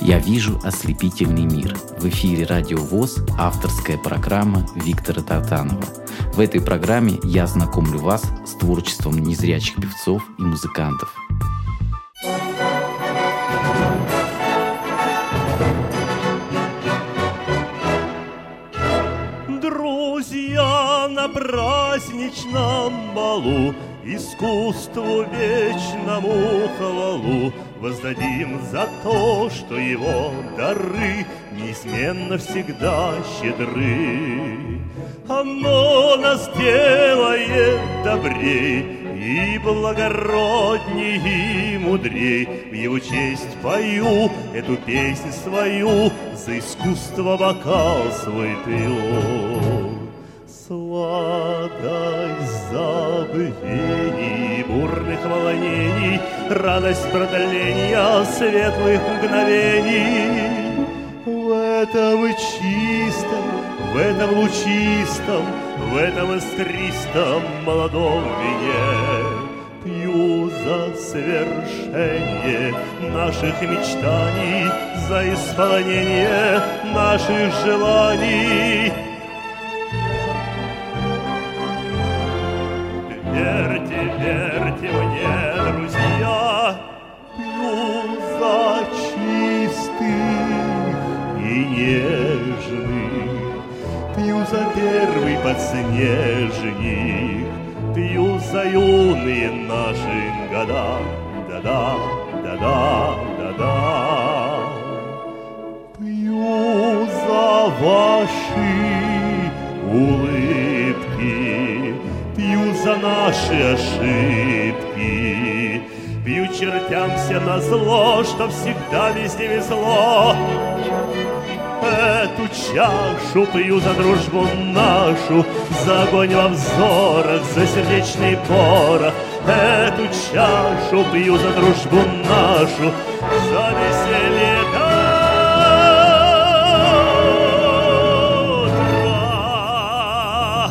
Я вижу ослепительный мир. В эфире Радио ВОС авторская программа Виктора Тартанова. В этой программе я знакомлю вас с творчеством незрячих певцов и музыкантов. Друзья, на праздничном балу искусству вечному хвалу воздадим за то, что его дары неизменно всегда щедры. Оно нас делает добрей и благородней, и мудрей. В его честь пою эту песню свою, за искусство бокал свой пью. Сладость забвений, бурных волнений, радость продления светлых мгновений. В этом чистом, в этом лучистом, в этом искристом молодом вине пью за свершение наших мечтаний, за исполнение наших желаний. Верьте, верьте мне, друзья, пью за чистых и нежных, пью за первый подснежник, пью за юные наши года, да-да, да-да, да-да. Пью за ваши улыбки, пью за наши ошибки, пью чертям всем назло, что всегда везде везло. Эту чашу пью за дружбу нашу, за огонь во взорах, за сердечный порох. Эту чашу пью за дружбу нашу, за веселье до утра.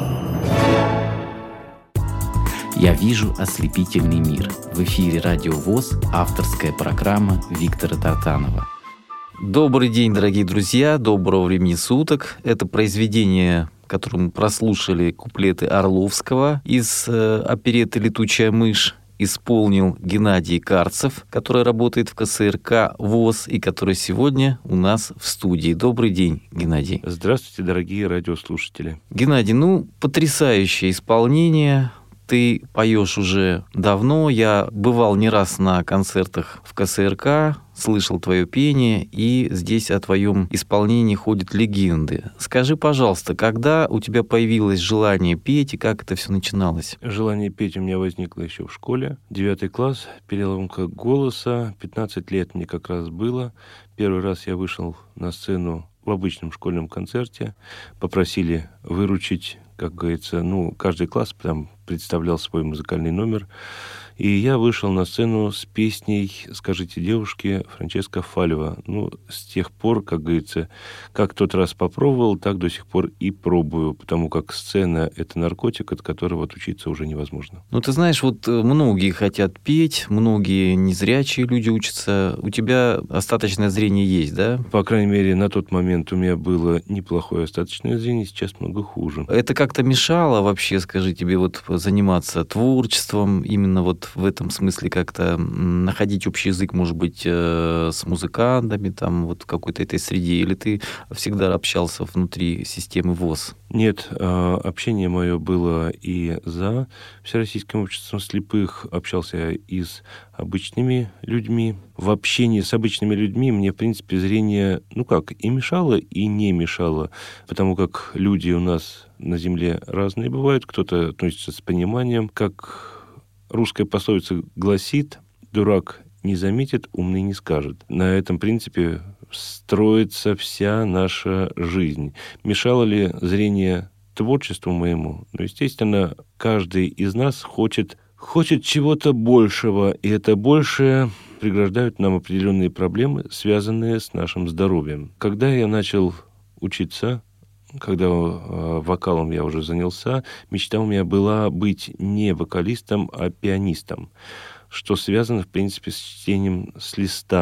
Я вижу ослепительный мир. В эфире Радио ВОС авторская программа Виктора Тартанова. Добрый день, дорогие друзья, доброго времени суток. Это произведение, которое мы прослушали, куплеты Орловского из оперетты «Летучая мышь», исполнил Геннадий Карцев, который работает в КСРК ВОС и который сегодня у нас в студии. Добрый день, Геннадий. Здравствуйте, дорогие радиослушатели. Геннадий, потрясающее исполнение. Ты поешь уже давно. Я бывал не раз на концертах в КСРК, слышал твое пение, и здесь о твоем исполнении ходят легенды. Скажи, пожалуйста, когда у тебя появилось желание петь, и как это все начиналось? Желание петь у меня возникло еще в школе. 9 класс, переломка голоса, 15 лет мне как раз было. Первый раз я вышел на сцену в обычном школьном концерте. Попросили выручить, как говорится, каждый класс там представлял свой музыкальный номер. И я вышел на сцену с песней «Скажите девушке» Франческо Фалева. С тех пор, как говорится, как тот раз попробовал, так до сих пор и пробую, потому как сцена — это наркотик, от которого отучиться уже невозможно. Ты знаешь, многие хотят петь, многие незрячие люди учатся. У тебя остаточное зрение есть, да? По крайней мере, на тот момент у меня было неплохое остаточное зрение, сейчас много хуже. Это как-то мешало вообще, скажи, тебе заниматься творчеством, именно в этом смысле как-то находить общий язык, может быть, с музыкантами, в какой-то этой среде, или ты всегда общался внутри системы ВОС? Нет, общение мое было и за Всероссийским обществом слепых, общался я и с обычными людьми. В общении с обычными людьми мне, в принципе, зрение, и мешало, и не мешало, потому как люди у нас на земле разные бывают, кто-то относится с пониманием, как русская пословица гласит: «Дурак не заметит, умный не скажет». На этом принципе строится вся наша жизнь. Мешало ли зрение творчеству моему? Естественно, каждый из нас хочет чего-то большего, и это большее преграждают нам определенные проблемы, связанные с нашим здоровьем. Когда я начал учиться, когда вокалом я уже занялся, мечта у меня была быть не вокалистом, а пианистом, что связано, в принципе, с чтением с листа.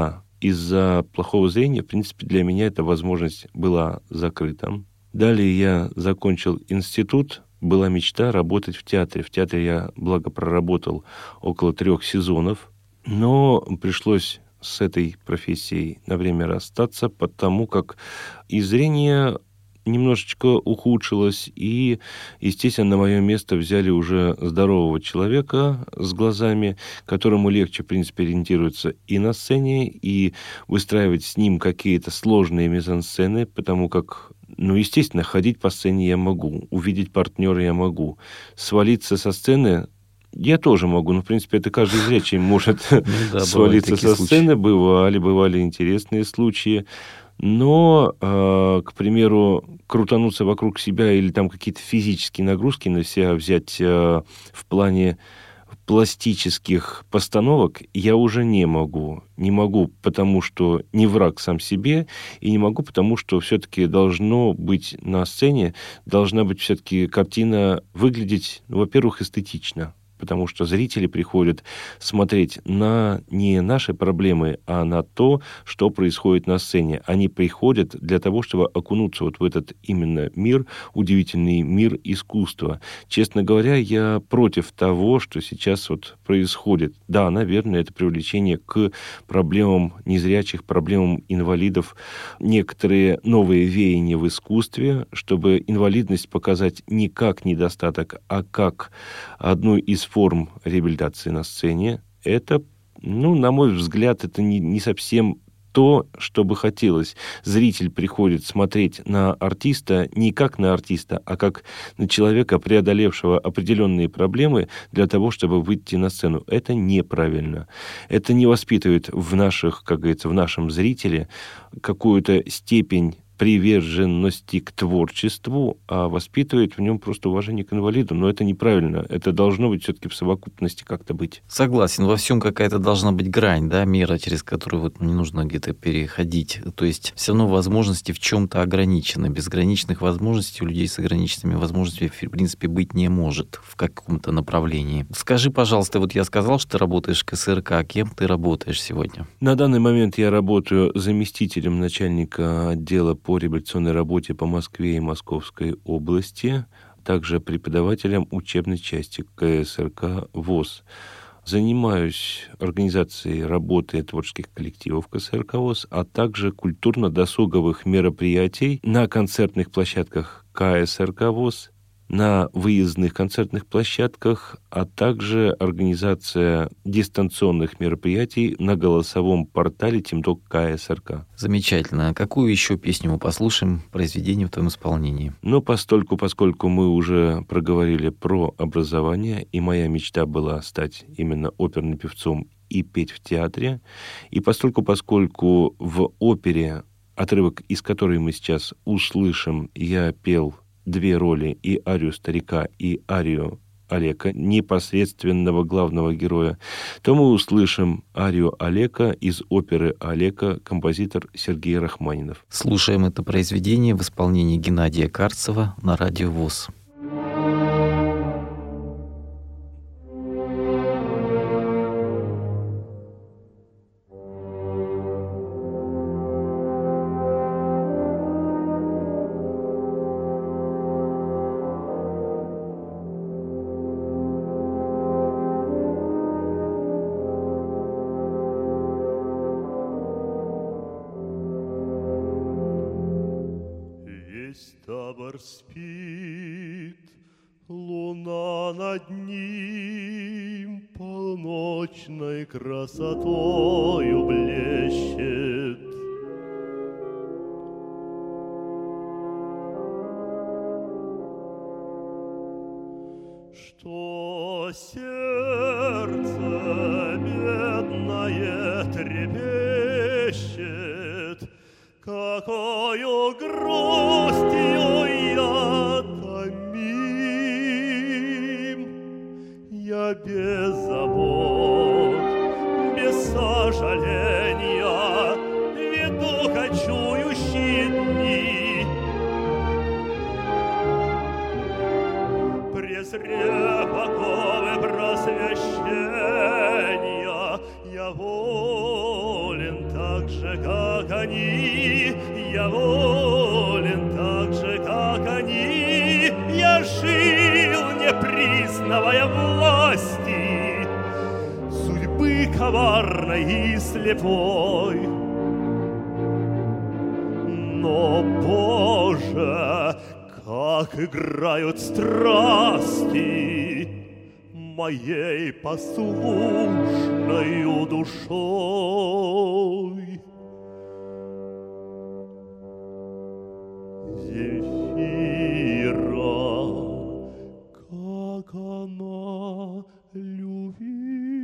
из-за плохого зрения, в принципе, для меня эта возможность была закрыта. Далее я закончил институт. Была мечта работать в театре. В театре я, благо, проработал около 3 сезонов, но пришлось с этой профессией на время расстаться, потому как и зрение немножечко ухудшилось, и, естественно, на мое место взяли уже здорового человека с глазами, которому легче, в принципе, ориентироваться и на сцене, и выстраивать с ним какие-то сложные мизансцены, потому как, естественно, ходить по сцене я могу, увидеть партнера я могу, свалиться со сцены я тоже могу, но, в принципе, это каждый зрячий может свалиться со сцены. Бывали интересные случаи. Но, к примеру, крутануться вокруг себя или там какие-то физические нагрузки на себя взять в плане пластических постановок я уже не могу. Не могу, потому что не враг сам себе, и не могу, потому что все-таки должно быть на сцене, должна быть все-таки картина выглядеть, во-первых, эстетично. Потому что зрители приходят смотреть не наши проблемы, а на то, что происходит на сцене. Они приходят для того, чтобы окунуться вот в этот именно мир, удивительный мир искусства. Честно говоря, я против того, что сейчас вот происходит. Да, наверное, это привлечение к проблемам незрячих, проблемам инвалидов, некоторые новые веяния в искусстве, чтобы инвалидность показать не как недостаток, а как одну из форм реабилитации на сцене. Это, на мой взгляд, это не совсем то, что бы хотелось. Зритель приходит смотреть на артиста не как на артиста, а как на человека, преодолевшего определенные проблемы для того, чтобы выйти на сцену. Это неправильно. Это не воспитывает в нашем зрителе какую-то степень приверженности к творчеству, а воспитывает в нем просто уважение к инвалиду. Но это неправильно. Это должно быть все-таки в совокупности как-то быть. Согласен. Во всем какая-то должна быть грань, да, мера, через которую не нужно где-то переходить. То есть все равно возможности в чем-то ограничены. Безграничных возможностей у людей с ограниченными возможностями в принципе быть не может в каком-то направлении. Скажи, пожалуйста, я сказал, что ты работаешь в КСРК. Кем ты работаешь сегодня? На данный момент я работаю заместителем начальника отдела по реабилитационной работе по Москве и Московской области, также преподавателем учебной части КСРК ВОС. Занимаюсь организацией работы творческих коллективов КСРК ВОС, а также культурно-досуговых мероприятий на концертных площадках КСРК ВОС, на выездных концертных площадках, а также организация дистанционных мероприятий на голосовом портале ТимТок КСРК. Замечательно. А какую еще песню мы послушаем, произведение в твоем исполнении? Поскольку мы уже проговорили про образование, и моя мечта была стать именно оперным певцом и петь в театре, и поскольку в опере, отрывок из которой мы сейчас услышим, я пел 2 роли, и арию старика, и арию Олека, непосредственного главного героя, то мы услышим арию Олека из оперы Олека, композитор Сергей Рахманинов. Слушаем это произведение в исполнении Геннадия Карцева на радио ВОС. Табор спит, луна над ним полночной красотою блещет. Что сердце бедное трепещет, какою грустью я томим. Я без забот, без сожаления веду кочующие дни. Презрев оковы просвещения, я волен также как они, я волен так же, как они, я жил, не признавая власти судьбы коварной и слепой. Но, Боже, как играют страсти моей послушною душой. Земфира, как она любила.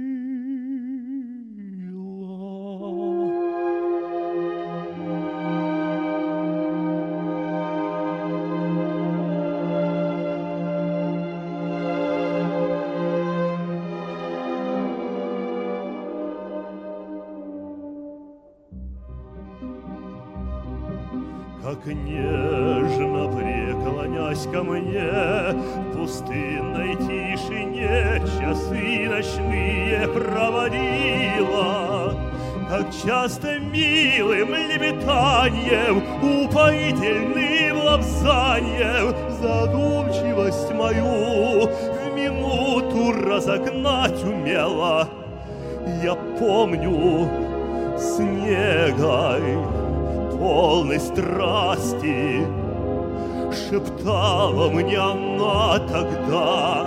Как нежно преклонясь ко мне в пустынной тишине часы ночные проводила, как часто милым лепетанием, упоительным лапзанием задумчивость мою в минуту разогнать умела. Я помню с негой полной страсти шептала мне она тогда: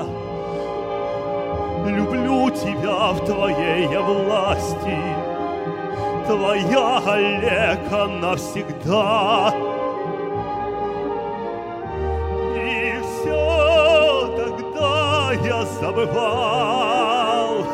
люблю тебя в твоей я власти, твоя Олега навсегда. И все тогда я забывал,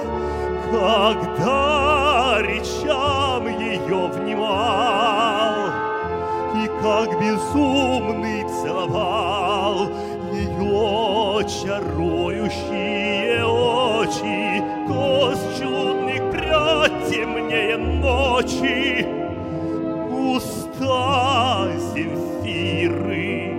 когда речам ее внимал, и как безумный целовал ее чарующие очи, коз чудных прядь темнее ночи, уста Земфиры.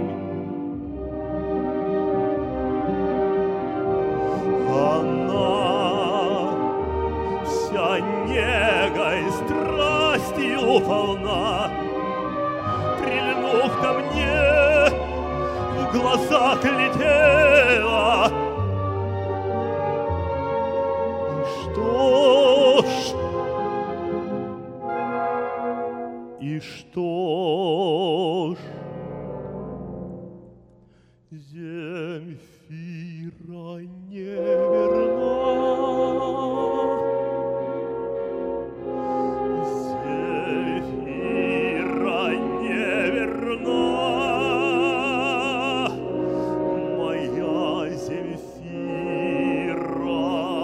Она вся негой страстью полна, прильнув ко мне, в глазах летела. И что ж, Земфира не верна. Земфира не верна. Моя Земфира.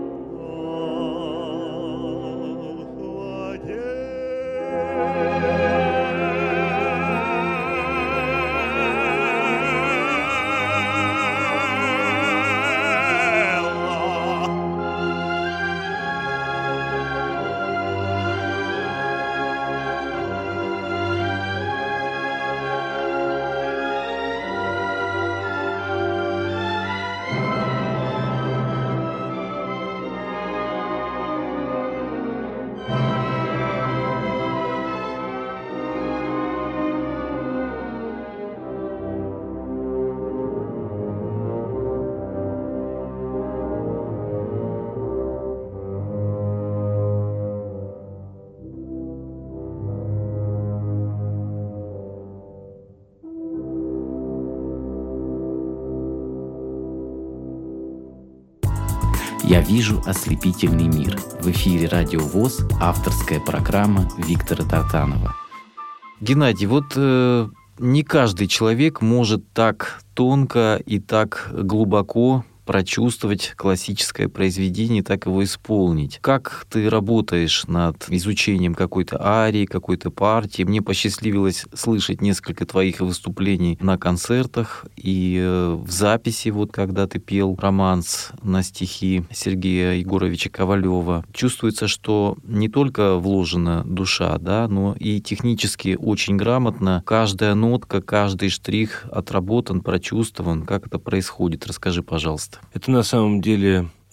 «Я вижу ослепительный мир». В эфире Радио ВОС, авторская программа Виктора Тартанова. Геннадий, вот не каждый человек может так тонко и так глубоко прочувствовать классическое произведение, так его исполнить. Как ты работаешь над изучением какой-то арии, какой-то партии? Мне посчастливилось слышать несколько твоих выступлений на концертах и в записи, вот когда ты пел романс на стихи Сергея Егоровича Ковалева. Чувствуется, что не только вложена душа, да, но и технически очень грамотно. Каждая нотка, каждый штрих отработан, прочувствован. Как это происходит? Расскажи, пожалуйста. Это на самом деле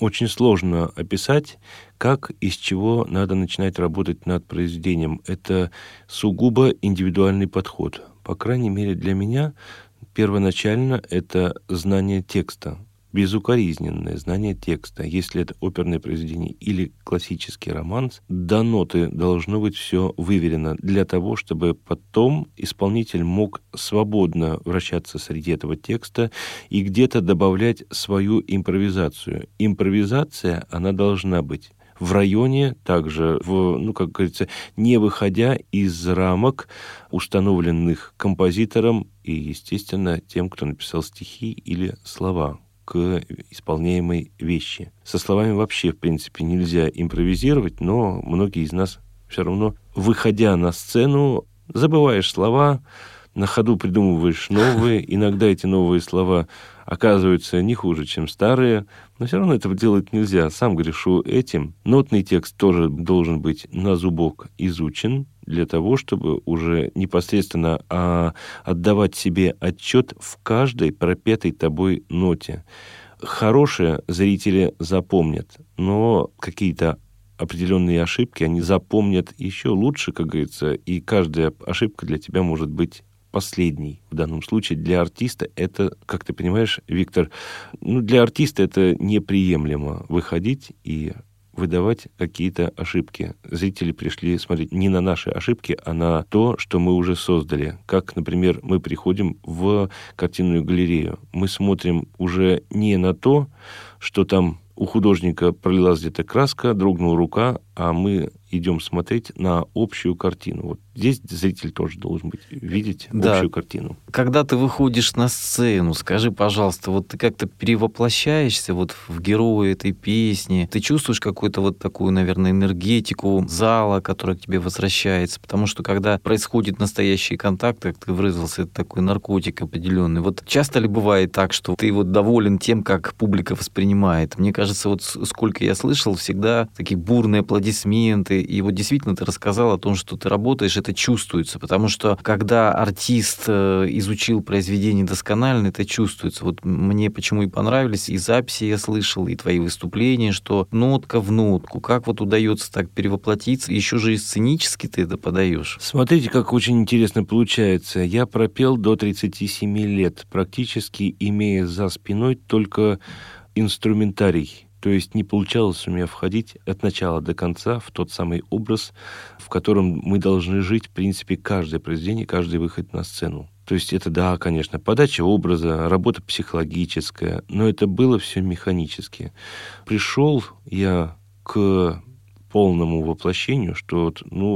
очень сложно описать, как и с чего надо начинать работать над произведением. Это сугубо индивидуальный подход. По крайней мере, для меня первоначально это знание текста, безукоризненное знание текста. Если это оперное произведение или классический романс, до ноты должно быть все выверено для того, чтобы потом исполнитель мог свободно вращаться среди этого текста и где-то добавлять свою импровизацию. Импровизация, она должна быть в районе, также, как говорится, не выходя из рамок, установленных композитором и, естественно, тем, кто написал стихи или слова к исполняемой вещи. Со словами вообще, в принципе, нельзя импровизировать, но многие из нас все равно, выходя на сцену, забываешь слова, на ходу придумываешь новые. Иногда эти новые слова оказываются не хуже, чем старые, но все равно этого делать нельзя. Сам грешу этим. Нотный текст тоже должен быть на зубок изучен для того, чтобы уже непосредственно отдавать себе отчет в каждой пропетой тобой ноте. Хорошие зрители запомнят, но какие-то определенные ошибки они запомнят еще лучше, как говорится, и каждая ошибка для тебя может быть последний. В данном случае для артиста это, как ты понимаешь, Виктор, для артиста это неприемлемо выходить и выдавать какие-то ошибки. Зрители пришли смотреть не на наши ошибки, а на то, что мы уже создали. Как, например, мы приходим в картинную галерею. Мы смотрим уже не на то, что там у художника пролилась где-то краска, дрогнула рука, а мы идем смотреть на общую картину. Вот здесь зритель тоже должен видеть общую картину. Когда ты выходишь на сцену, скажи, пожалуйста, вот ты как-то перевоплощаешься вот в героя этой песни, ты чувствуешь какую-то вот такую, наверное, энергетику зала, которая к тебе возвращается, потому что когда происходит настоящий контакт, как ты выразился, это такой наркотик определенный. Вот часто ли бывает так, что ты вот доволен тем, как публика воспринимает? Мне кажется, вот сколько я слышал, всегда такие бурные аплодисменты, и вот действительно ты рассказал о том, что ты работаешь, это чувствуется, потому что когда артист изучил произведение досконально, это чувствуется. Вот мне почему и понравились, и записи я слышал, и твои выступления, что нотка в нотку, как вот удается так перевоплотиться, еще же и сценически ты это подаешь. Смотрите, как очень интересно получается. Я пропел до 37 лет, практически имея за спиной только инструментарий. То есть не получалось у меня входить от начала до конца в тот самый образ, в котором мы должны жить, в принципе, каждое произведение, каждый выход на сцену. То есть это, да, конечно, подача образа, работа психологическая, но это было все механически. Пришел я к полному воплощению, что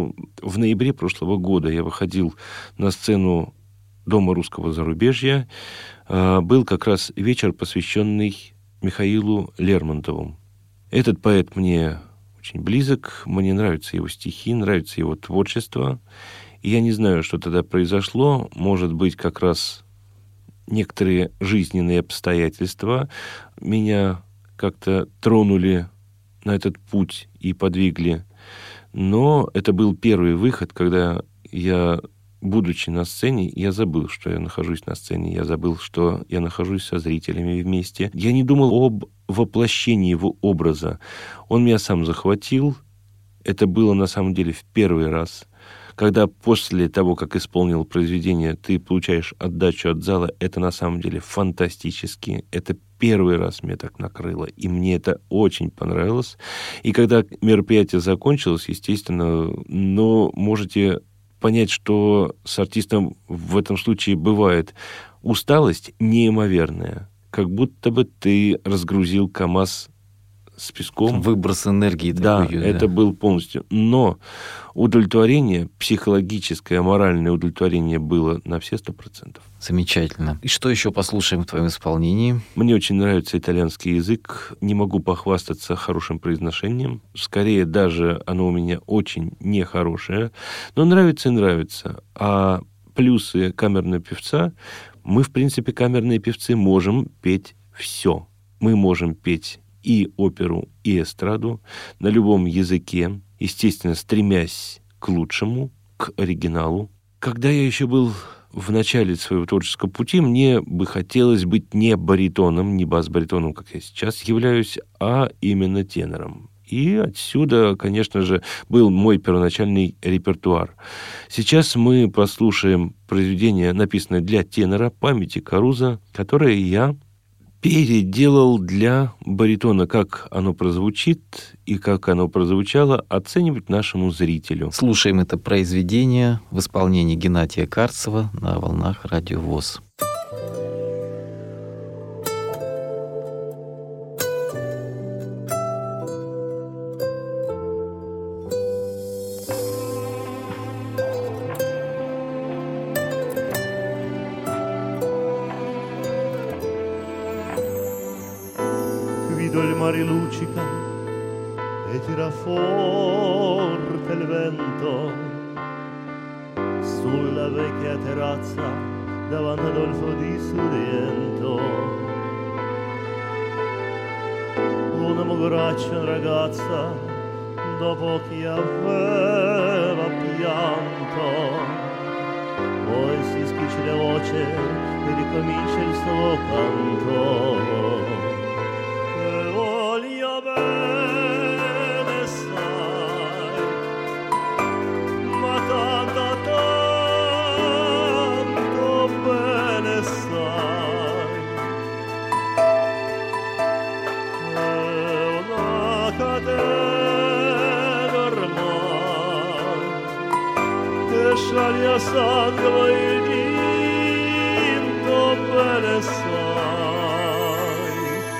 в ноябре прошлого года я выходил на сцену Дома русского зарубежья. Был как раз вечер, посвященный Михаилу Лермонтову. Этот поэт мне очень близок, мне нравятся его стихи, нравится его творчество. И я не знаю, что тогда произошло. Может быть, как раз некоторые жизненные обстоятельства меня как-то тронули на этот путь и подвигли. Но это был первый выход, когда я, будучи на сцене, я забыл, что я нахожусь на сцене, я забыл, что я нахожусь со зрителями вместе. Я не думал об воплощении его образа. Он меня сам захватил. Это было на самом деле в первый раз. Когда после того, как исполнил произведение, ты получаешь отдачу от зала, это на самом деле фантастически. Это первый раз меня так накрыло, и мне это очень понравилось. И когда мероприятие закончилось, естественно, можете понять, что с артистом в этом случае бывает усталость неимоверная, как будто бы ты разгрузил КамАЗ с песком. Выброс энергии. Да, такой, это был полностью. Но удовлетворение, психологическое, моральное удовлетворение было на все 100%. Замечательно. И что еще послушаем в твоем исполнении? Мне очень нравится итальянский язык. Не могу похвастаться хорошим произношением. Скорее, даже оно у меня очень нехорошее. Но нравится и нравится. А плюсы камерного певца, мы, в принципе, камерные певцы, можем петь все. Мы можем петь и оперу, и эстраду на любом языке, естественно, стремясь к лучшему, к оригиналу. Когда я еще был в начале своего творческого пути мне бы хотелось быть не баритоном, не бас-баритоном, как я сейчас являюсь, а именно тенором. И отсюда, конечно же, был мой первоначальный репертуар. Сейчас мы послушаем произведение, написанное для тенора, памяти Каруза, которое я переделал для баритона. Как оно прозвучит и как оно прозвучало, оценивать нашему зрителю. Слушаем это произведение в исполнении Геннадия Карцева на волнах Радио ВОС. Il mare luccica e tira forte il vento sulla vecchia terrazza davanti ad Adolfo di Sorrento. Una mogoraccia ragazza dopo che aveva pianto, poi si schiccia la voce e ricomincia il suo canto. Шалья сангва и динто пересай.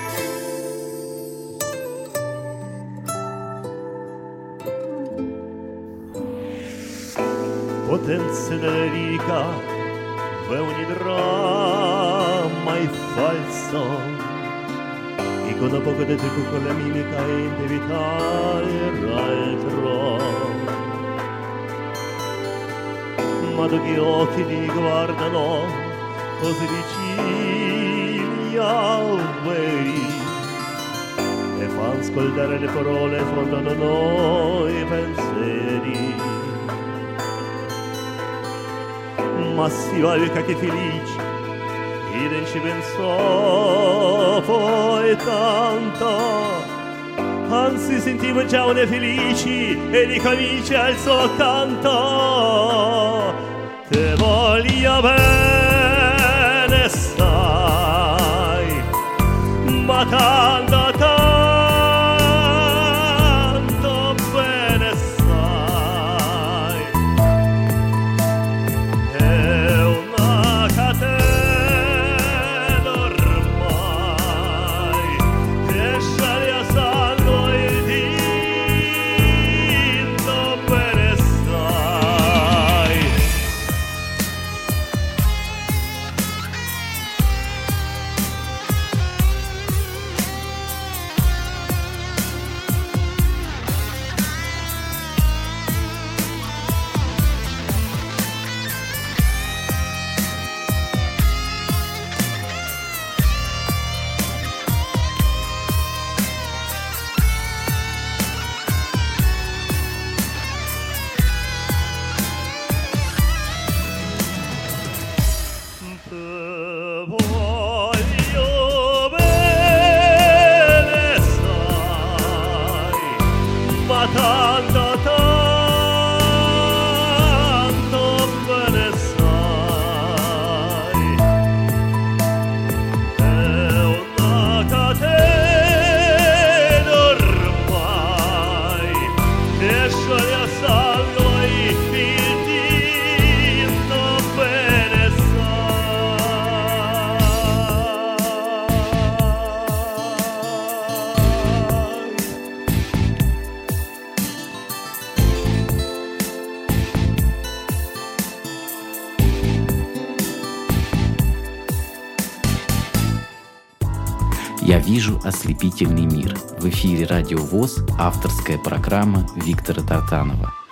Potenze della rica, è ogni dramma è falso, e con poco di trucco con la mimica è inevitabile l'altro. Ma che occhi li guardano così vicini al veri e fanno ascoltare le parole e fondano noi pensieri. Ma si valga che felici e non ci pensò poi tanto, anzi sentivo già una felici e ricomincia al suo canto. Te voglio bene, sai, ma tanto, tanto bene, sai. È una catena ormai che scioglie a sangue il dito bene, sai. «Я вижу ослепительный мир». В эфире Радио ВОС, авторская программа Виктора Тартанова.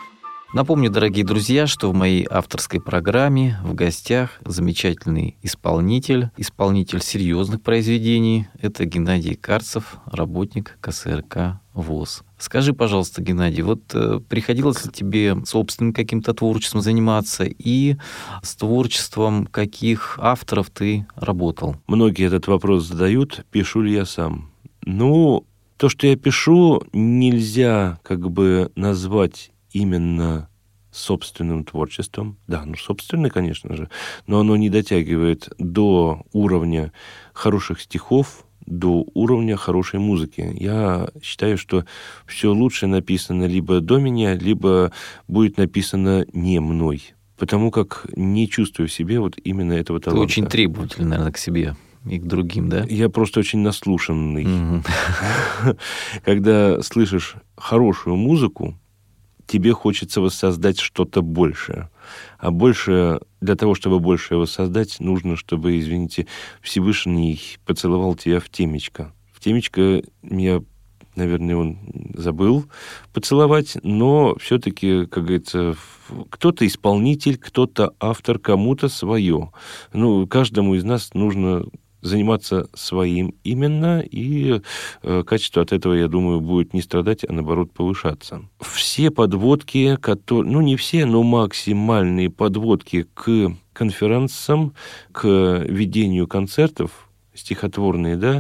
Напомню, дорогие друзья, что в моей авторской программе в гостях замечательный исполнитель серьезных произведений. Это Геннадий Карцев, работник КСРК ВОС. Скажи, пожалуйста, Геннадий, вот приходилось ли тебе собственным каким-то творчеством заниматься и с творчеством каких авторов ты работал? Многие этот вопрос задают, пишу ли я сам. То, что я пишу, нельзя назвать именно собственным творчеством. Да, собственное, конечно же, но оно не дотягивает до уровня хороших стихов, до уровня хорошей музыки. Я считаю, что все лучше написано либо до меня, либо будет написано не мной, потому как не чувствую в себе именно этого таланта. Ты очень требовательный, наверное, к себе и к другим, да? Я просто очень наслушанный. Когда слышишь хорошую музыку, тебе хочется воссоздать что-то большее. А больше, для того, чтобы больше воссоздать, нужно, чтобы, извините, Всевышний поцеловал тебя в темечко. В темечко меня, наверное, он забыл поцеловать, но все-таки, как говорится, кто-то исполнитель, кто-то автор, кому-то свое. Каждому из нас нужно заниматься своим именно, и качество от этого, я думаю, будет не страдать, а наоборот повышаться. Все подводки, не все, но максимальные подводки к конференциям, к ведению концертов, стихотворные,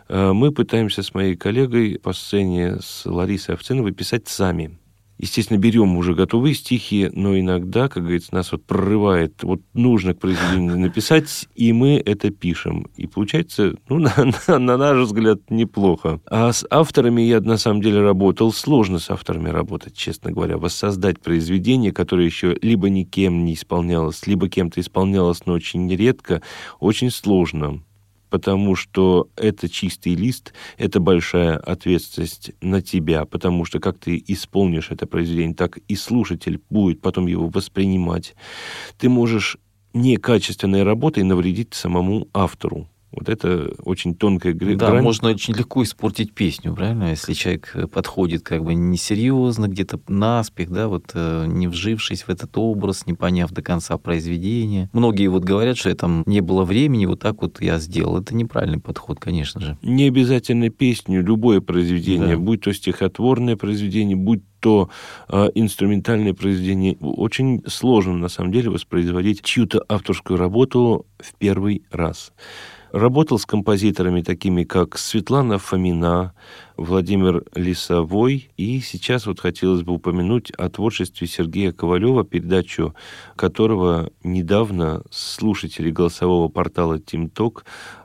мы пытаемся с моей коллегой по сцене, с Ларисой Овциновой, писать сами. Естественно, берем уже готовые стихи, но иногда, как говорится, нас прорывает. Нужно к произведению написать, и мы это пишем. И получается, на наш взгляд, неплохо. А с авторами я, на самом деле, работал. Сложно с авторами работать, честно говоря. Воссоздать произведение, которое еще либо никем не исполнялось, либо кем-то исполнялось, но очень редко, очень сложно. Потому что это чистый лист, это большая ответственность на тебя, потому что как ты исполнишь это произведение, так и слушатель будет потом его воспринимать. Ты можешь некачественной работой навредить самому автору. Это очень тонкая грань. Да, можно очень легко испортить песню, правильно? Если человек подходит несерьезно, где-то наспех, не вжившись в этот образ, не поняв до конца произведения. Многие говорят, что не было времени, я сделал. Это неправильный подход, конечно же. Не обязательно песню, любое произведение, будь то стихотворное произведение, будь то инструментальное произведение. Очень сложно, на самом деле, воспроизводить чью-то авторскую работу в первый раз. Работал с композиторами такими, как Светлана Фомина, Владимир Лисовой. И сейчас хотелось бы упомянуть о творчестве Сергея Ковалева, передачу которого недавно слушатели голосового портала ТимТок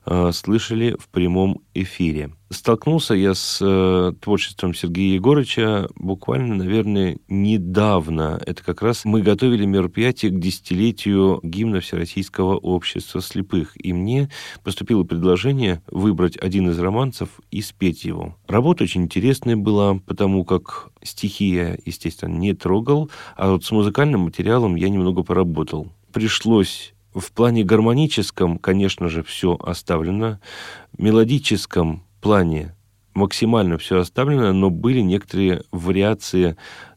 слышали в прямом эфире. Столкнулся я с творчеством Сергея Егорыча буквально, наверное, недавно. Это как раз мы готовили мероприятие к 10-летию гимна Всероссийского общества слепых. И мне поступило предложение выбрать один из романсов и спеть его. Работа очень интересная была, потому как стихи я, естественно, не трогал, а с музыкальным материалом я немного поработал. Пришлось в плане гармоническом, конечно же, все оставлено. В мелодическом плане максимально все оставлено, но были некоторые вариации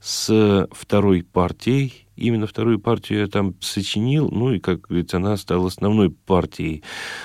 с второй партией. Именно вторую партию я там сочинил, и, как говорится, она стала основной партией.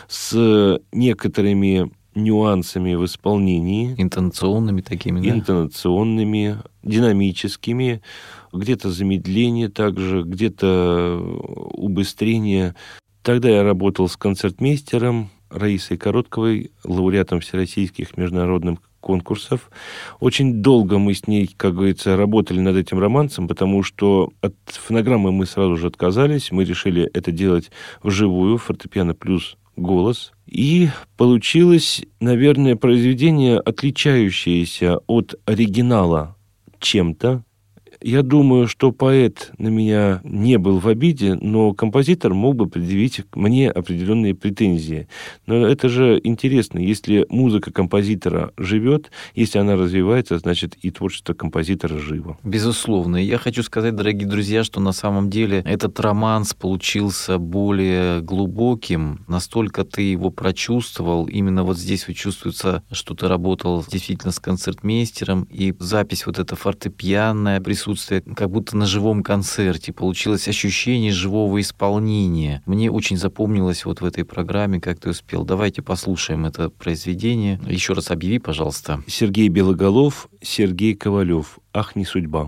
С некоторыми нюансами в исполнении. Интонационными такими, да? Интонационными, динамическими. Где-то замедление также, где-то убыстрение. Тогда я работал с концертмейстером Раисой Коротковой, лауреатом всероссийских международных конкурсов. Очень долго мы с ней, как говорится, работали над этим романсом, потому что от фонограммы мы сразу же отказались. Мы решили это делать вживую, фортепиано плюс голос. И получилось, наверное, произведение, отличающееся от оригинала чем-то. Я думаю, что поэт на меня не был в обиде, но композитор мог бы предъявить мне определенные претензии. Но это же интересно, если музыка композитора живет, если она развивается, значит и творчество композитора живо. Безусловно. Я хочу сказать, дорогие друзья, что на самом деле этот романс получился более глубоким. Настолько ты его прочувствовал. Именно здесь чувствуется, что ты работал действительно с концертмейстером, и запись эта фортепианная присутствует присутствие, как будто на живом концерте. Получилось ощущение живого исполнения. Мне очень запомнилось вот в этой программе, как ты успел. Давайте послушаем это произведение. Еще раз объяви, пожалуйста. Сергей Белоголов, Сергей Ковалев. «Ах, не судьба».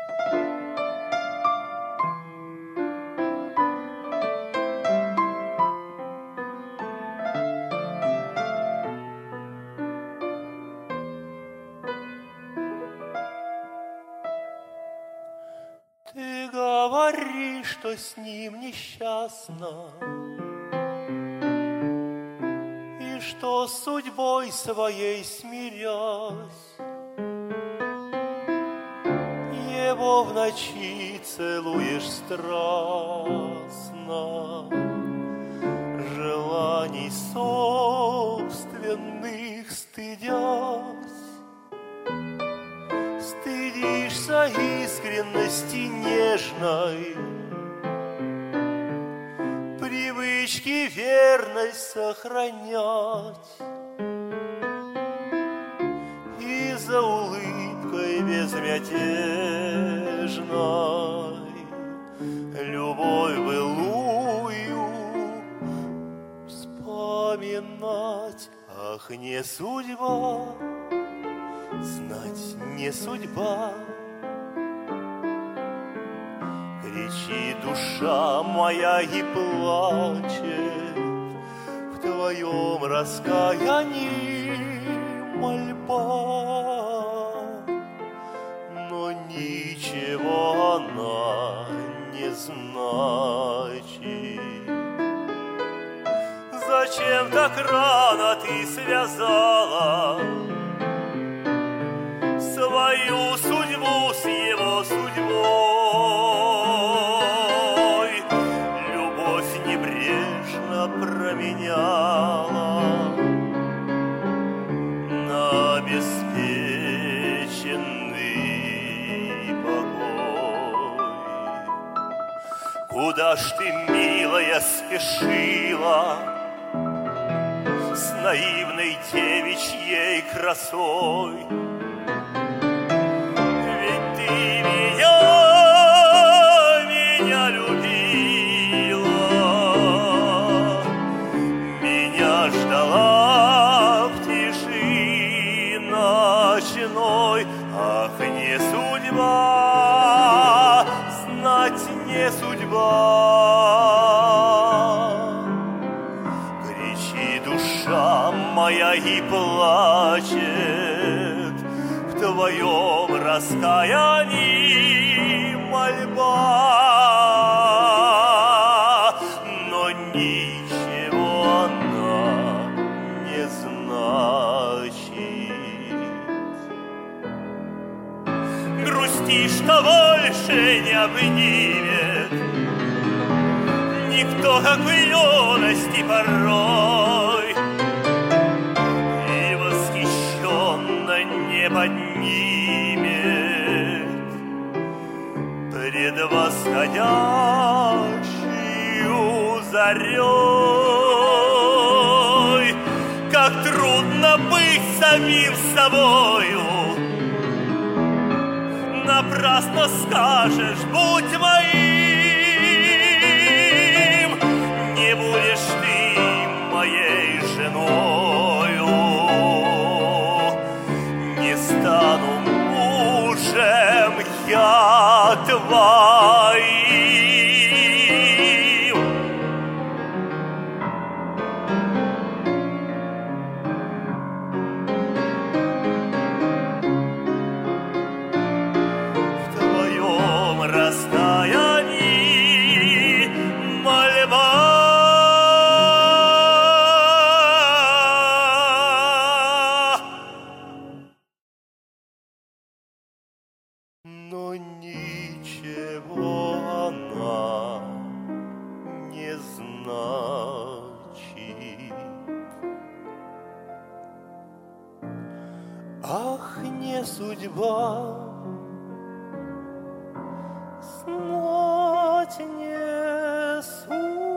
Ты говоришь, что с ним несчастна, и что с судьбой своей смирясь, его в ночи целуешь страстно, желаний собственных стыдясь. Стыдишься искренности нежной, привычки верность сохранять, и за улыбкой безмятежной любовь былую вспоминать. Ах, не судьба, знать не судьба. Кричит душа моя и плачет, в твоем раскаянии мольба. Но ничего она не значит. Зачем так рано ты связала свою судьбу с его судьбой? Любовь небрежно променяла на обеспеченный покой. Куда ж ты, милая, спешила с наивной девичьей красой? Меня любила, меня ждала в тиши ночной. Ах, не судьба, знать не судьба. Кричит душа моя и плачет, в твоем раскаянии мольба. Но ничего она не значит. Грусти, что больше не обнимет никто, как в юности порой, и восхищенно не поднимет пред восходящую зарей. Как трудно быть самим собою, напрасно скажешь: будь моим. Не будешь ты моей женою, не стану мужем я твоим. В твоем раскаянии мольба. Но ничего она не значит. Ах, не судьба, знать не судьба.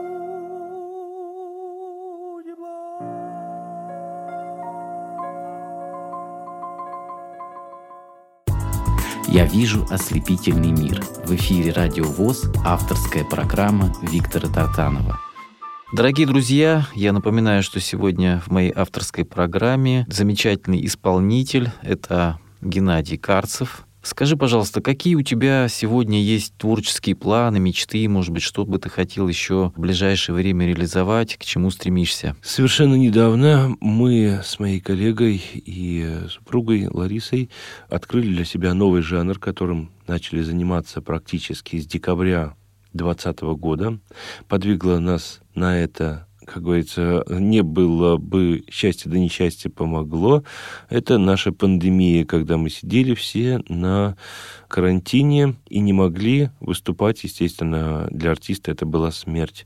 «Я вижу ослепительный мир». В эфире Радио ВОС, авторская программа Виктора Тартанова. Дорогие друзья, я напоминаю, что сегодня в моей авторской программе замечательный исполнитель – это Геннадий Карцев. Скажи, пожалуйста, какие у тебя сегодня есть творческие планы, мечты, может быть, что бы ты хотел еще в ближайшее время реализовать, к чему стремишься? Совершенно недавно мы с моей коллегой и супругой Ларисой открыли для себя новый жанр, которым начали заниматься практически с декабря 2020 года. Подвигло нас на это, как говорится, не было бы счастья, да несчастье помогло. Это наша пандемия, когда мы сидели все на карантине и не могли выступать. Естественно, для артиста это была смерть.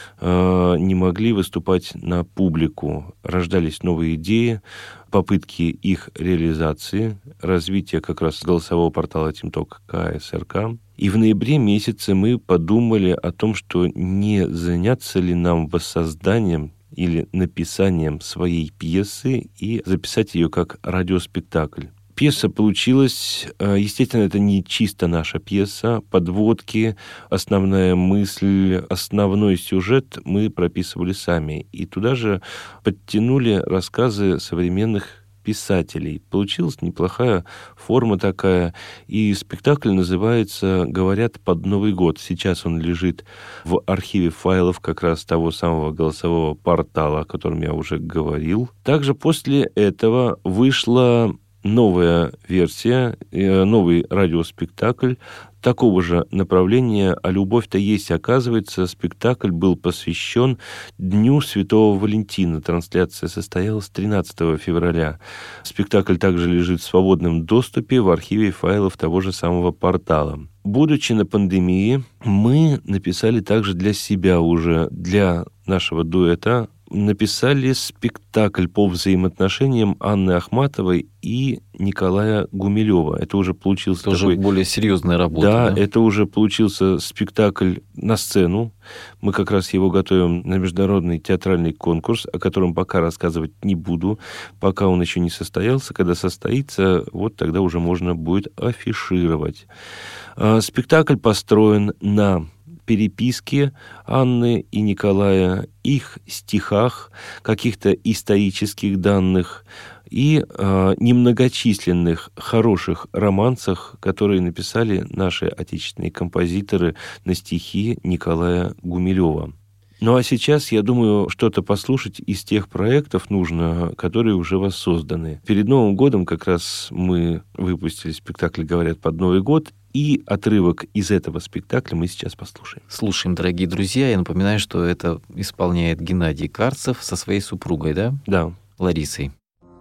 Не могли выступать на публику. Рождались новые идеи, попытки их реализации, развитие как раз голосового портала ТимТок КСРК. И в ноябре месяце мы подумали о том, что не заняться ли нам воссозданием или написанием своей пьесы и записать ее как радиоспектакль. Пьеса получилась, естественно, это не чисто наша пьеса, подводки, основная мысль, основной сюжет мы прописывали сами. И туда же подтянули рассказы современных писателей. Получилась неплохая форма такая, и спектакль называется «Говорят, под Новый год». Сейчас он лежит в архиве файлов как раз того самого голосового портала, о котором я уже говорил. Также после этого вышла новая версия, новый радиоспектакль такого же направления, а любовь-то есть. Оказывается, спектакль был посвящен Дню Святого Валентина. Трансляция состоялась 13 февраля. Спектакль также лежит в свободном доступе в архиве файлов того же самого портала. Будучи на пандемии, мы написали также для себя уже, для нашего дуэта, написали спектакль по взаимоотношениям Анны Ахматовой и Николая Гумилева. Это уже получился это такой... уже более серьезная работа. Да, это уже получился спектакль на сцену. Мы как раз его готовим на международный театральный конкурс, о котором пока рассказывать не буду, пока он еще не состоялся. Когда состоится, вот тогда уже можно будет афишировать. Спектакль построен на переписке Анны и Николая, их стихах, каких-то исторических данных и немногочисленных хороших романсах, которые написали наши отечественные композиторы на стихи Николая Гумилева. Ну а сейчас, я думаю, что-то послушать из тех проектов нужно, которые уже воссозданы. Перед Новым годом как раз мы выпустили спектакль «Говорят, под Новый год», и отрывок из этого спектакля мы сейчас послушаем. Слушаем, дорогие друзья. Я напоминаю, что это исполняет Геннадий Карцев со своей супругой, да? Да. Ларисой.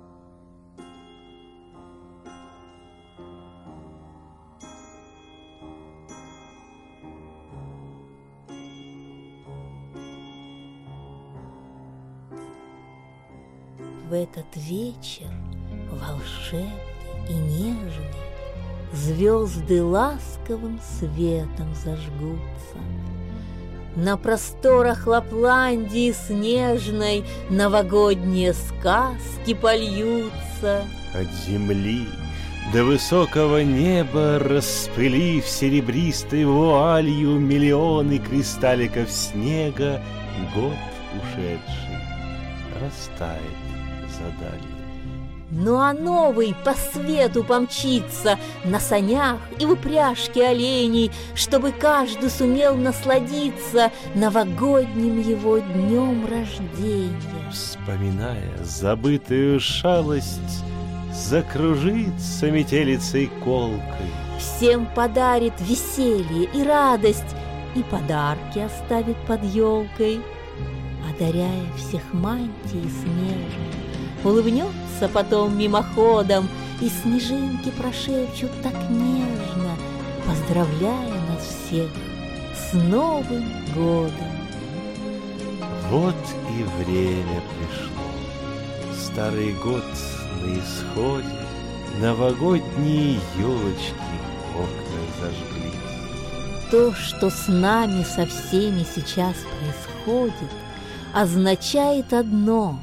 В этот вечер волшебный и нежный звезды ласковым светом зажгутся. На просторах Лапландии снежной новогодние сказки польются. От земли до высокого неба, распылив серебристой вуалью миллионы кристалликов снега, год ушедший растает за далью. Ну а новый по свету помчится на санях и в упряжке оленей, чтобы каждый сумел насладиться новогодним его днем рождения. Вспоминая забытую шалость, закружится метелицей колкой. Всем подарит веселье и радость, и подарки оставит под елкой, одаряя всех мантией снежной. Улыбнется потом мимоходом, и снежинки прошепчут так нежно, поздравляя нас всех с Новым годом. Вот и время пришло. Старый год на исходе, новогодние елочки в окнах зажгли. То, что с нами со всеми сейчас происходит, означает одно: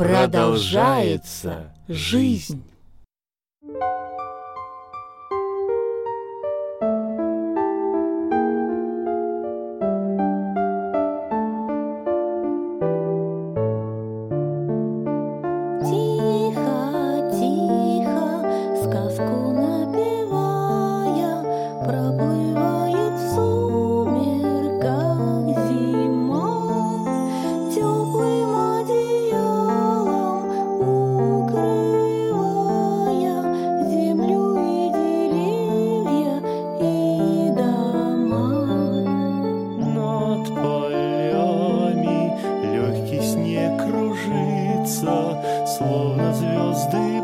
продолжается жизнь. Над полями легкий снег кружится, словно звезды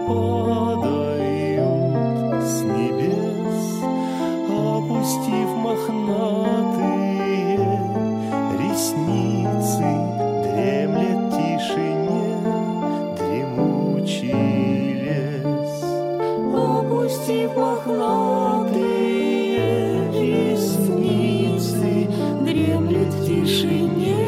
падают с небес, опустив мохнатые ресницы, дремлет в тишине дремучий лес. Опустив мохнатые ресницы, дремлет в тишине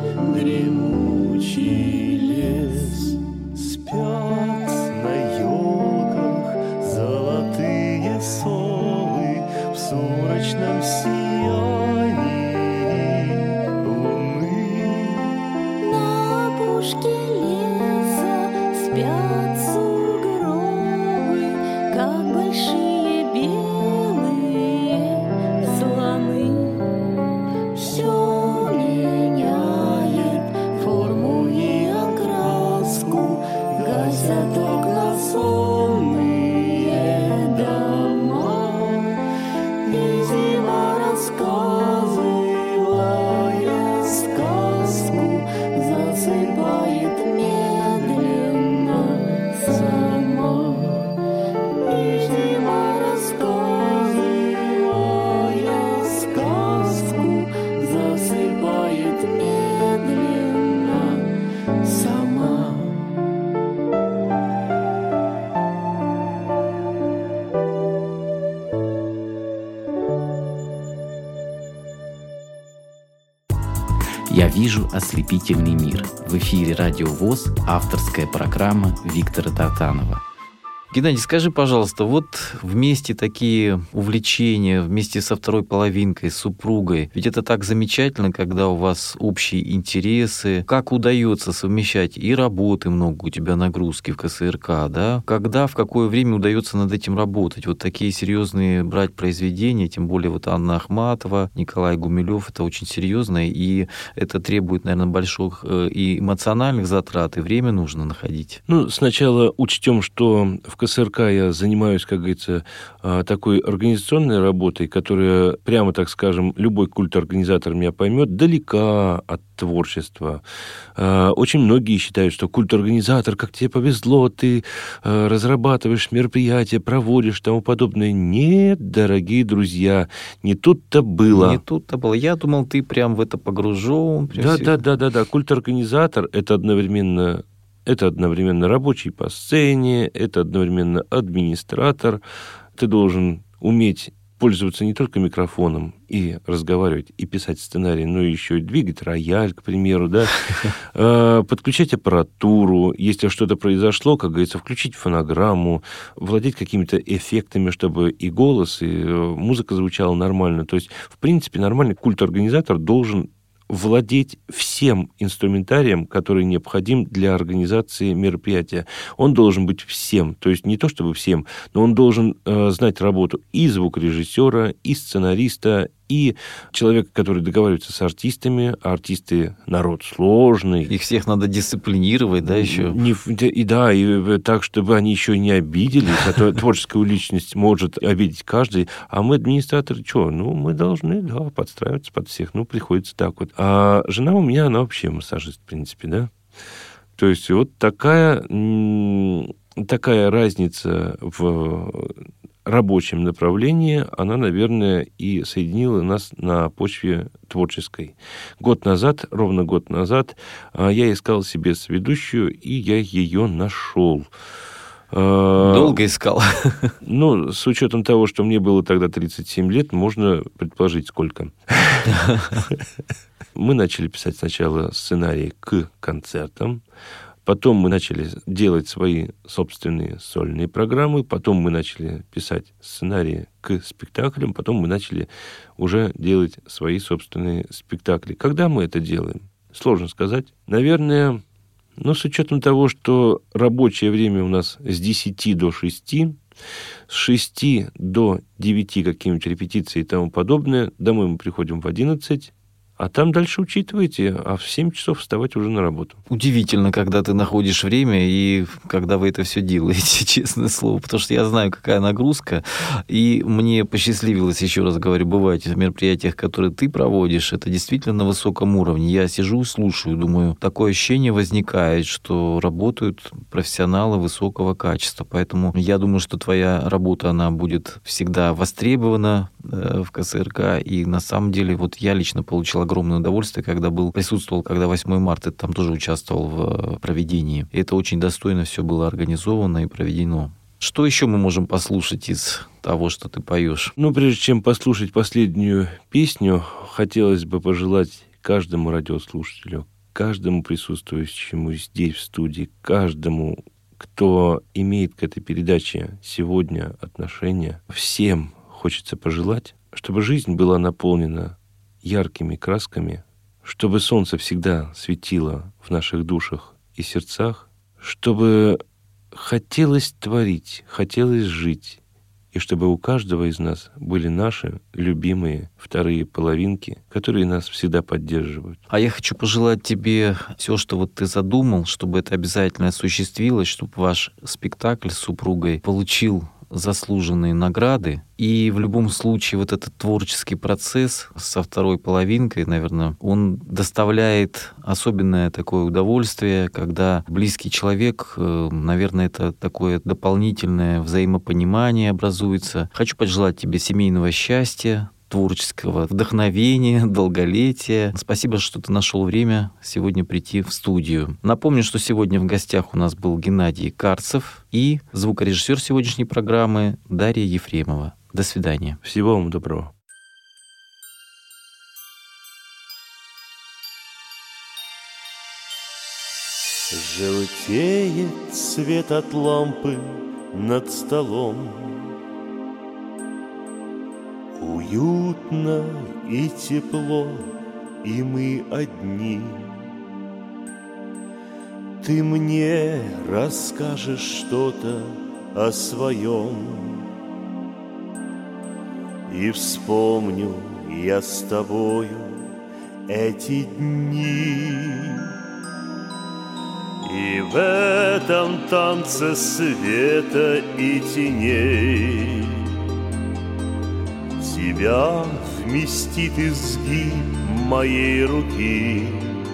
дремучий лес. Спят на елках золотые совы в сумрачном сиянии луны. На опушке леса спят сугробы, как большие белые слоны. Все меняет форму и окраску, гасят окна сонные дома. И зима, рассказывая сказку, засыпает медленно сама. И зима, рассказывая сказку, засыпает медленно сама. «Я вижу ослепительный мир». В эфире «Радио ВОС» авторская программа Виктора Тартанова. Геннадий, скажи, пожалуйста, вот вместе такие увлечения, вместе со второй половинкой, с супругой, ведь это так замечательно, когда у вас общие интересы. Как удается совмещать и работы много, у тебя нагрузки в КСРК, да? Когда, в какое время удается над этим работать? Вот такие серьезные брать произведения, тем более вот Анна Ахматова, Николай Гумилев, это очень серьезно, и это требует, наверное, больших и эмоциональных затрат, и время нужно находить. Ну, сначала учтем, что в КСРК я занимаюсь, как говорится, такой организационной работой, которая, прямо так скажем, любой культорганизатор меня поймет, далека от творчества. Очень многие считают, что культорганизатор, как тебе повезло, ты разрабатываешь мероприятия, проводишь, тому подобное. Нет, дорогие друзья, не тут-то было. Не тут-то было. Я думал, ты прям в это погружен. Да. Культорганизатор — это одновременно рабочий по сцене, это одновременно администратор. Ты должен уметь пользоваться не только микрофоном и разговаривать, и писать сценарий, но еще и двигать рояль, к примеру, да, подключать аппаратуру, если что-то произошло, как говорится, включить фонограмму, владеть какими-то эффектами, чтобы и голос, и музыка звучала нормально. То есть, в принципе, нормальный культорганизатор должен владеть всем инструментарием, который необходим для организации мероприятия. Он должен быть всем, то есть не то чтобы всем, но он должен знать работу и звукорежиссера, и сценариста, и человека, который договаривается с артистами. А артисты — народ сложный. Их всех надо дисциплинировать, да, еще? И так, чтобы они еще не обиделись, а то творческую личность может обидеть каждый. А мы, администраторы, что? Мы должны, подстраиваться под всех. Приходится так вот. А жена у меня, она вообще массажист, в принципе, да? То есть вот такая разница в рабочем направлении, она, наверное, и соединила нас на почве творческой. Ровно год назад, я искал себе соведущую, и я ее нашел. Долго искал? С учетом того, что мне было тогда 37 лет, можно предположить, сколько. Мы начали писать сначала сценарии к концертам, потом мы начали делать свои собственные сольные программы, потом мы начали писать сценарии к спектаклям, потом мы начали уже делать свои собственные спектакли. Когда мы это делаем? Сложно сказать. Наверное, с учетом того, что рабочее время у нас с 10 до 6, с 6 до 9 какие-нибудь репетиции и тому подобное, домой мы приходим в 11, А там дальше учитывайте, а в 7 часов вставать уже на работу. Удивительно, когда ты находишь время и когда вы это все делаете, честное слово, потому что я знаю, какая нагрузка, и мне посчастливилось, еще раз говорю, бывать в мероприятиях, которые ты проводишь, это действительно на высоком уровне. Я сижу и слушаю, думаю, такое ощущение возникает, что работают профессионалы высокого качества, поэтому я думаю, что твоя работа, она будет всегда востребована в КСРК, и на самом деле вот я лично получил огромное удовольствие, когда присутствовал, когда 8 марта там тоже участвовал в проведении. И это очень достойно все было организовано и проведено. Что еще мы можем послушать из того, что ты поешь? Прежде чем послушать последнюю песню, хотелось бы пожелать каждому радиослушателю, каждому присутствующему здесь в студии, каждому, кто имеет к этой передаче сегодня отношение, всем хочется пожелать, чтобы жизнь была наполнена яркими красками, чтобы солнце всегда светило в наших душах и сердцах, чтобы хотелось творить, хотелось жить, и чтобы у каждого из нас были наши любимые вторые половинки, которые нас всегда поддерживают. А я хочу пожелать тебе все, что вот ты задумал, чтобы это обязательно осуществилось, чтобы ваш спектакль с супругой получил заслуженные награды. И в любом случае вот этот творческий процесс со второй половинкой, наверное, он доставляет особенное такое удовольствие, когда близкий человек, наверное, это такое дополнительное взаимопонимание образуется. Хочу пожелать тебе семейного счастья, творческого вдохновения, долголетия. Спасибо, что ты нашел время сегодня прийти в студию. Напомню, что сегодня в гостях у нас был Геннадий Карцев и звукорежиссер сегодняшней программы Дарья Ефремова. До свидания. Всего вам доброго. Желтеет свет от лампы над столом. Уютно и тепло, и мы одни. Ты мне расскажешь что-то о своем, и вспомню я с тобою эти дни. И в этом танце света и теней тебя вместит изгиб моей руки.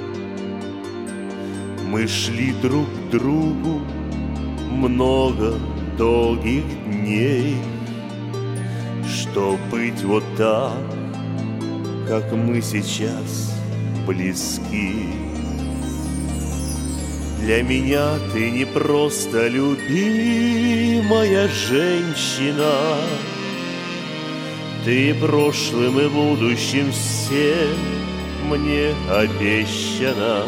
Мы шли друг к другу много долгих дней, чтоб быть вот так, как мы сейчас близки. Для меня ты не просто любимая женщина, ты прошлым и будущим всем мне обещана.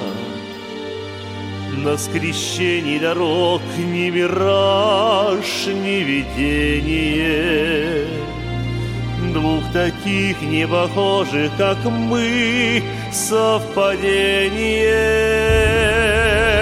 На скрещении дорог ни мираж, ни видение двух таких непохожих, как мы, совпадение.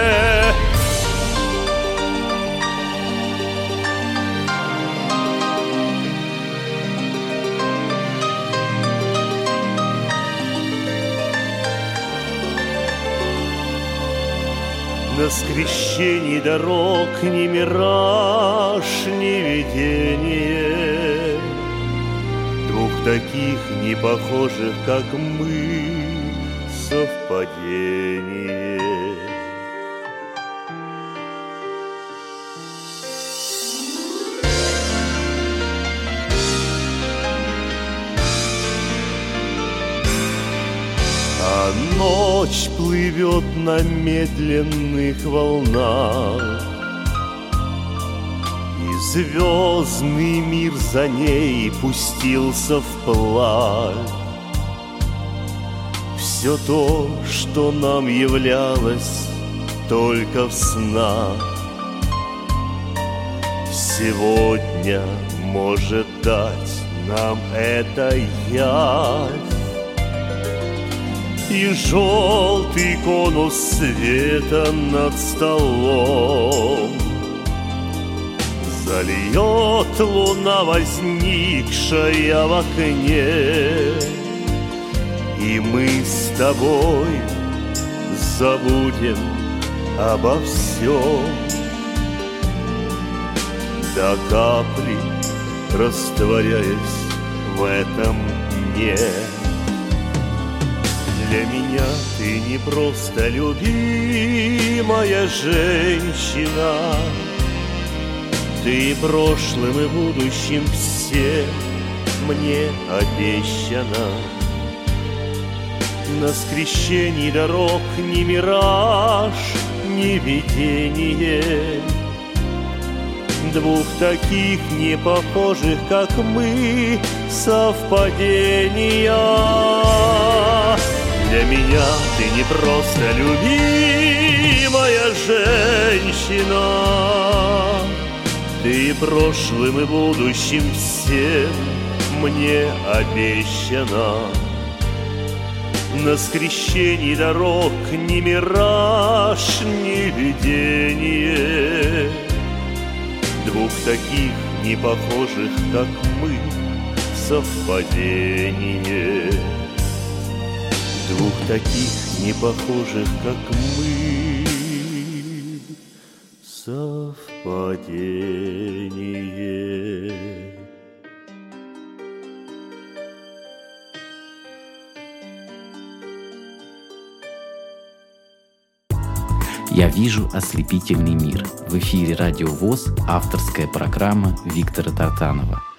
На скрещении дорог ни мираж, ни видение двух таких непохожих, как мы, совпадение. А ночь плывет на медленных волнах, и звездный мир за ней пустился вплавь. Все то, что нам являлось только в снах, сегодня может дать нам это явь. И желтый конус света над столом зальет луна, возникшая в окне, и мы с тобой забудем обо всем. До капли растворяясь в этом дне. Для меня ты не просто любимая женщина, ты прошлым и будущим все мне обещана. На скрещении дорог ни мираж, ни видение двух таких непохожих, как мы, совпадения. Для меня ты не просто любимая женщина, ты прошлым и будущим всем мне обещана. На скрещении дорог ни мираж, ни видение двух таких непохожих, как мы, совпадение. Двух таких непохожих, как мы, совпадение. «Я вижу ослепительный мир». В эфире Радио ВОС, авторская программа Виктора Тартанова.